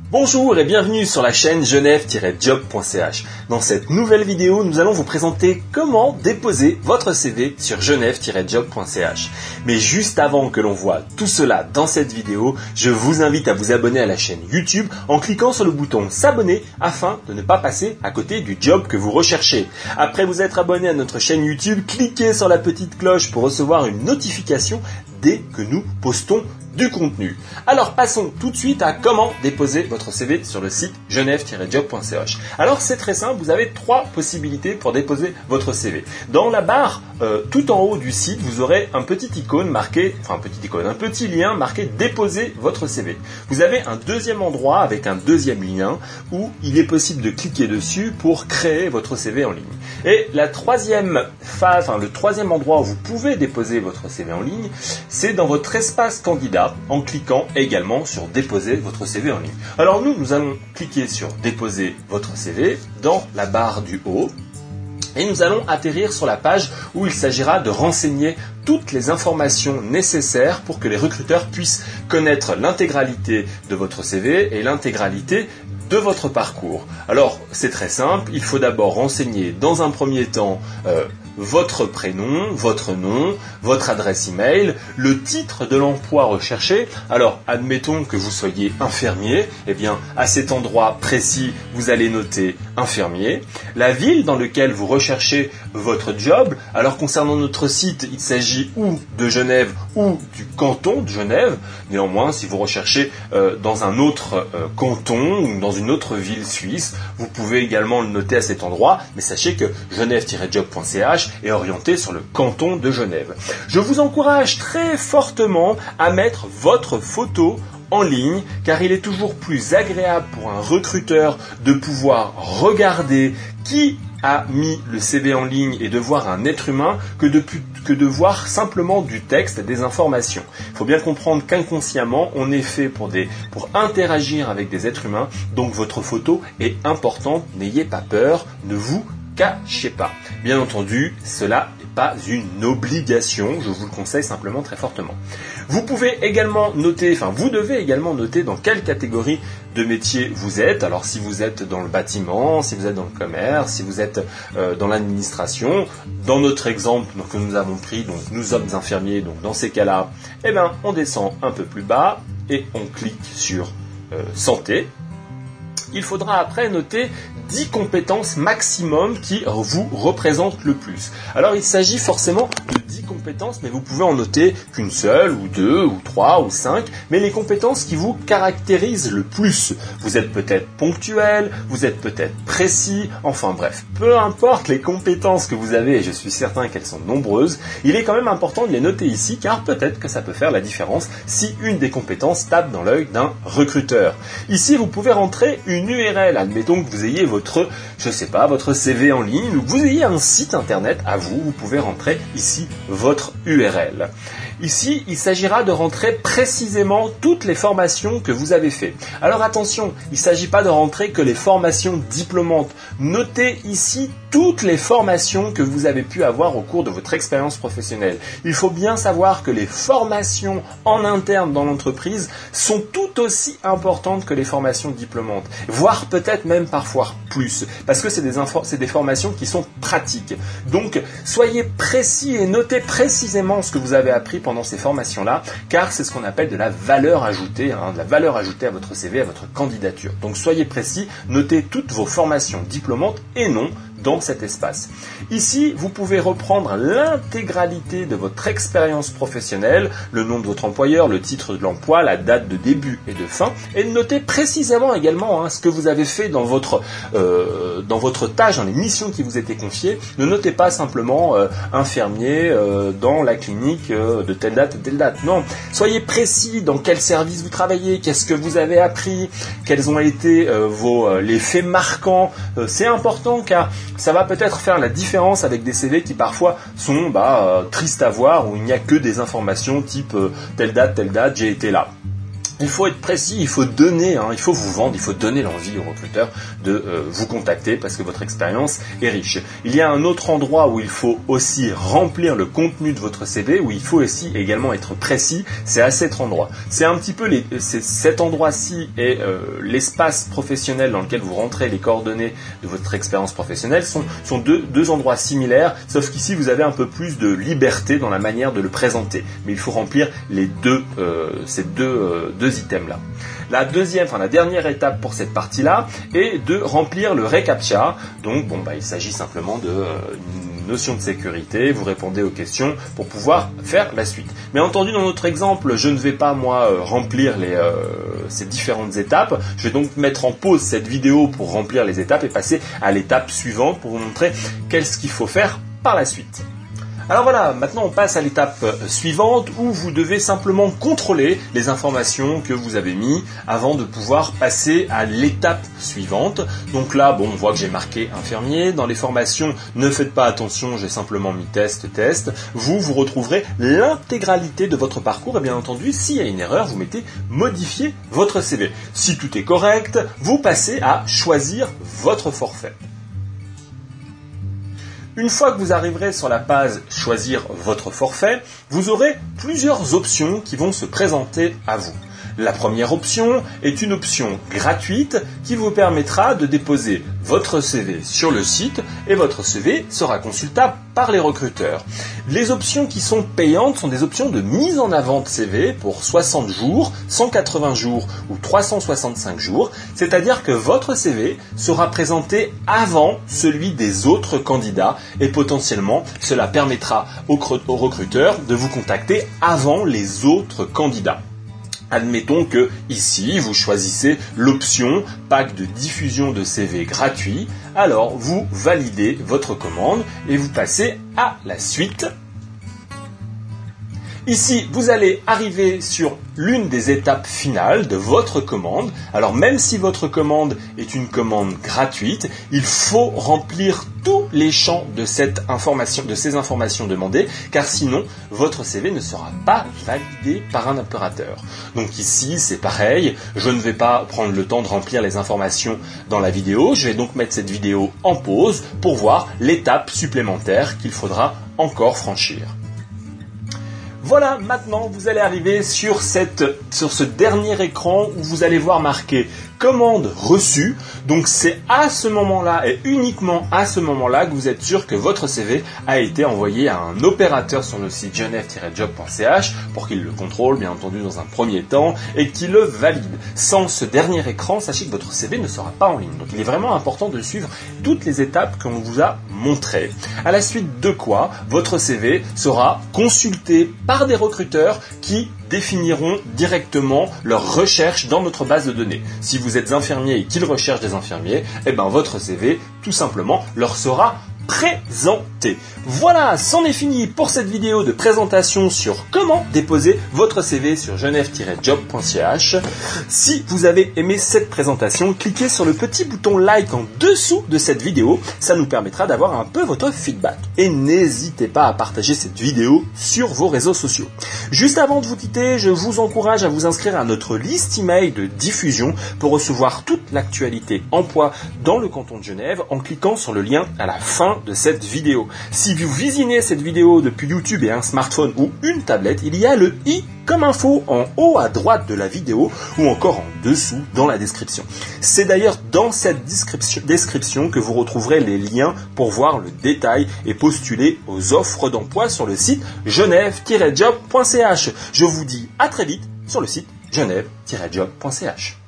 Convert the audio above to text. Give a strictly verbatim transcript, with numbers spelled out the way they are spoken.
Bonjour et bienvenue sur la chaîne genève tiret job point c h. Dans cette nouvelle vidéo, nous allons vous présenter comment déposer votre C V sur genève tiret job point c h. Mais juste avant que l'on voit tout cela dans cette vidéo, je vous invite à vous abonner à la chaîne YouTube en cliquant sur le bouton s'abonner afin de ne pas passer à côté du job que vous recherchez. Après vous être abonné à notre chaîne YouTube, cliquez sur la petite cloche pour recevoir une notification dès que nous postons du contenu. Alors passons tout de suite à comment déposer votre C V sur le site genève tiret job point c h. Alors c'est très simple, vous avez trois possibilités pour déposer votre C V. Dans la barre euh, tout en haut du site, vous aurez un petit icône marqué, enfin un petit icône, un petit lien marqué déposer votre C V. Vous avez un deuxième endroit avec un deuxième lien où il est possible de cliquer dessus pour créer votre C V en ligne. Et la troisième phase, enfin le troisième endroit où vous pouvez déposer votre C V en ligne, c'est dans votre espace candidat, en cliquant également sur déposer votre C V en ligne. Alors nous, nous allons cliquer sur déposer votre C V dans la barre du haut et nous allons atterrir sur la page où il s'agira de renseigner toutes les informations nécessaires pour que les recruteurs puissent connaître l'intégralité de votre C V et l'intégralité de votre parcours. Alors c'est très simple, il faut d'abord renseigner dans un premier temps euh, votre prénom, votre nom, votre adresse email, le titre de l'emploi recherché. Alors, admettons que vous soyez infirmier, eh bien, à cet endroit précis, vous allez noter infirmier. La ville dans laquelle vous recherchez votre job. Alors, concernant notre site, il s'agit ou de Genève ou du canton de Genève. Néanmoins, si vous recherchez euh, dans un autre euh, canton ou dans une autre ville suisse, vous pouvez également le noter à cet endroit. Mais sachez que genève tiret job point c h est orienté sur le canton de Genève. Je vous encourage très fortement à mettre votre photo en ligne, car il est toujours plus agréable pour un recruteur de pouvoir regarder qui a mis le C V en ligne et de voir un être humain que de, que de voir simplement du texte, des informations. Il faut bien comprendre qu'inconsciemment, on est fait pour, des, pour interagir avec des êtres humains, donc votre photo est importante, n'ayez pas peur, ne vous cachez pas. Bien entendu, cela n'est pas une obligation, je vous le conseille simplement très fortement. Vous pouvez également noter, enfin vous devez également noter dans quelle catégorie de métier vous êtes. Alors si vous êtes dans le bâtiment, si vous êtes dans le commerce, si vous êtes euh, dans l'administration. Dans notre exemple donc, que nous avons pris, donc nous sommes infirmiers, donc dans ces cas-là, eh bien, on descend un peu plus bas et on clique sur euh, santé. Il faudra après noter dix compétences maximum qui vous représentent le plus. Alors il s'agit forcément de dix compétences, mais vous pouvez en noter qu'une seule, ou deux, ou trois, ou cinq, mais les compétences qui vous caractérisent le plus. Vous êtes peut-être ponctuel, vous êtes peut-être précis, enfin bref, peu importe les compétences que vous avez, et je suis certain qu'elles sont nombreuses, il est quand même important de les noter ici, car peut-être que ça peut faire la différence si une des compétences tape dans l'œil d'un recruteur. Ici, vous pouvez rentrer une une U R L, admettons que vous ayez votre, je sais pas, votre C V en ligne ou que vous ayez un site internet à vous, vous pouvez rentrer ici votre U R L. Ici, il s'agira de rentrer précisément toutes les formations que vous avez faites. Alors attention, il ne s'agit pas de rentrer que les formations diplômantes. Notez ici toutes les formations que vous avez pu avoir au cours de votre expérience professionnelle. Il faut bien savoir que les formations en interne dans l'entreprise sont tout aussi importantes que les formations diplômantes, voire peut-être même parfois plus, parce que c'est des, info- c'est des formations qui sont pratiques. Donc, soyez précis et notez précisément ce que vous avez appris pendant ces formations-là, car c'est ce qu'on appelle de la valeur ajoutée, hein, de la valeur ajoutée à votre C V, à votre candidature. Donc, soyez précis, notez toutes vos formations diplômantes et non dans cet espace. Ici, vous pouvez reprendre l'intégralité de votre expérience professionnelle, le nom de votre employeur, le titre de l'emploi, la date de début et de fin, et notez précisément également hein, ce que vous avez fait dans votre, euh, dans votre tâche, dans les missions qui vous étaient confiées. Ne notez pas simplement euh, infirmier euh, dans la clinique euh, de telle date, telle date. Non, soyez précis dans quel service vous travaillez, qu'est-ce que vous avez appris, quels ont été euh, vos, euh, les faits marquants. Euh, c'est important car ça va peut-être faire la différence avec des C V qui parfois sont bah, euh, tristes à voir, où il n'y a que des informations type euh, telle date, telle date, j'ai été là. Il faut être précis, il faut donner, hein, il faut vous vendre, il faut donner l'envie aux recruteurs de euh, vous contacter parce que votre expérience est riche. Il y a un autre endroit où il faut aussi remplir le contenu de votre C V, où il faut aussi également être précis, c'est à cet endroit. C'est un petit peu les, c'est, cet endroit-ci et euh, l'espace professionnel dans lequel vous rentrez les coordonnées de votre expérience professionnelle sont, sont deux, deux endroits similaires, sauf qu'ici vous avez un peu plus de liberté dans la manière de le présenter. Mais il faut remplir les deux, euh, ces deux, euh, deux items là. La deuxième, enfin la dernière étape pour cette partie-là est de remplir le reCAPTCHA. Donc bon bah il s'agit simplement de euh, une notion de sécurité. Vous répondez aux questions pour pouvoir faire la suite. Mais entendu dans notre exemple, je ne vais pas moi euh, remplir les, euh, ces différentes étapes. Je vais donc mettre en pause cette vidéo pour remplir les étapes et passer à l'étape suivante pour vous montrer qu'est-ce qu'il faut faire par la suite. Alors voilà, maintenant on passe à l'étape suivante où vous devez simplement contrôler les informations que vous avez mises avant de pouvoir passer à l'étape suivante. Donc là, bon, on voit que j'ai marqué infirmier. Dans les formations, ne faites pas attention, j'ai simplement mis test, test. Vous, vous retrouverez l'intégralité de votre parcours et bien entendu, s'il y a une erreur, vous mettez modifier votre C V. Si tout est correct, vous passez à choisir votre forfait. Une fois que vous arriverez sur la page « Choisir votre forfait », vous aurez plusieurs options qui vont se présenter à vous. La première option est une option gratuite qui vous permettra de déposer votre C V sur le site et votre C V sera consultable par les recruteurs. Les options qui sont payantes sont des options de mise en avant de C V pour soixante jours, cent quatre-vingts jours ou trois cent soixante-cinq jours, c'est-à-dire que votre C V sera présenté avant celui des autres candidats et potentiellement cela permettra aux recruteurs de vous contacter avant les autres candidats. Admettons que ici, vous choisissez l'option pack de diffusion de C V gratuit, alors vous validez votre commande et vous passez à la suite. Ici, vous allez arriver sur l'une des étapes finales de votre commande. Alors même si votre commande est une commande gratuite, il faut remplir tous les champs de cette information, de ces informations demandées, car sinon votre C V ne sera pas validé par un opérateur. Donc ici, c'est pareil, je ne vais pas prendre le temps de remplir les informations dans la vidéo, je vais donc mettre cette vidéo en pause pour voir l'étape supplémentaire qu'il faudra encore franchir. Voilà, maintenant vous allez arriver sur, cette, sur ce dernier écran où vous allez voir marqué commande reçue. Donc c'est à ce moment-là et uniquement à ce moment-là que vous êtes sûr que votre C V a été envoyé à un opérateur sur le site genève tiret job point c h pour qu'il le contrôle bien entendu dans un premier temps et qu'il le valide. Sans ce dernier écran, sachez que votre C V ne sera pas en ligne. Donc il est vraiment important de suivre toutes les étapes qu'on vous a montrées. À la suite de quoi, votre C V sera consulté par des recruteurs qui définiront directement leur recherche dans notre base de données. Si vous êtes infirmier et qu'ils recherchent des infirmiers, eh ben votre C V, tout simplement, leur sera présenté. Voilà, c'en est fini pour cette vidéo de présentation sur comment déposer votre C V sur genève tiret job point c h. Si vous avez aimé cette présentation, cliquez sur le petit bouton like en dessous de cette vidéo, ça nous permettra d'avoir un peu votre feedback. Et n'hésitez pas à partager cette vidéo sur vos réseaux sociaux. Juste avant de vous quitter, je vous encourage à vous inscrire à notre liste email de diffusion pour recevoir toute l'actualité emploi dans le canton de Genève en cliquant sur le lien à la fin de cette vidéo. Si vous visionnez cette vidéo depuis YouTube et un smartphone ou une tablette, il y a le i comme info en haut à droite de la vidéo ou encore en dessous dans la description. C'est d'ailleurs dans cette description, description que vous retrouverez les liens pour voir le détail et postuler aux offres d'emploi sur le site genève tiret job point c h. Je vous dis à très vite sur le site genève tiret job point c h.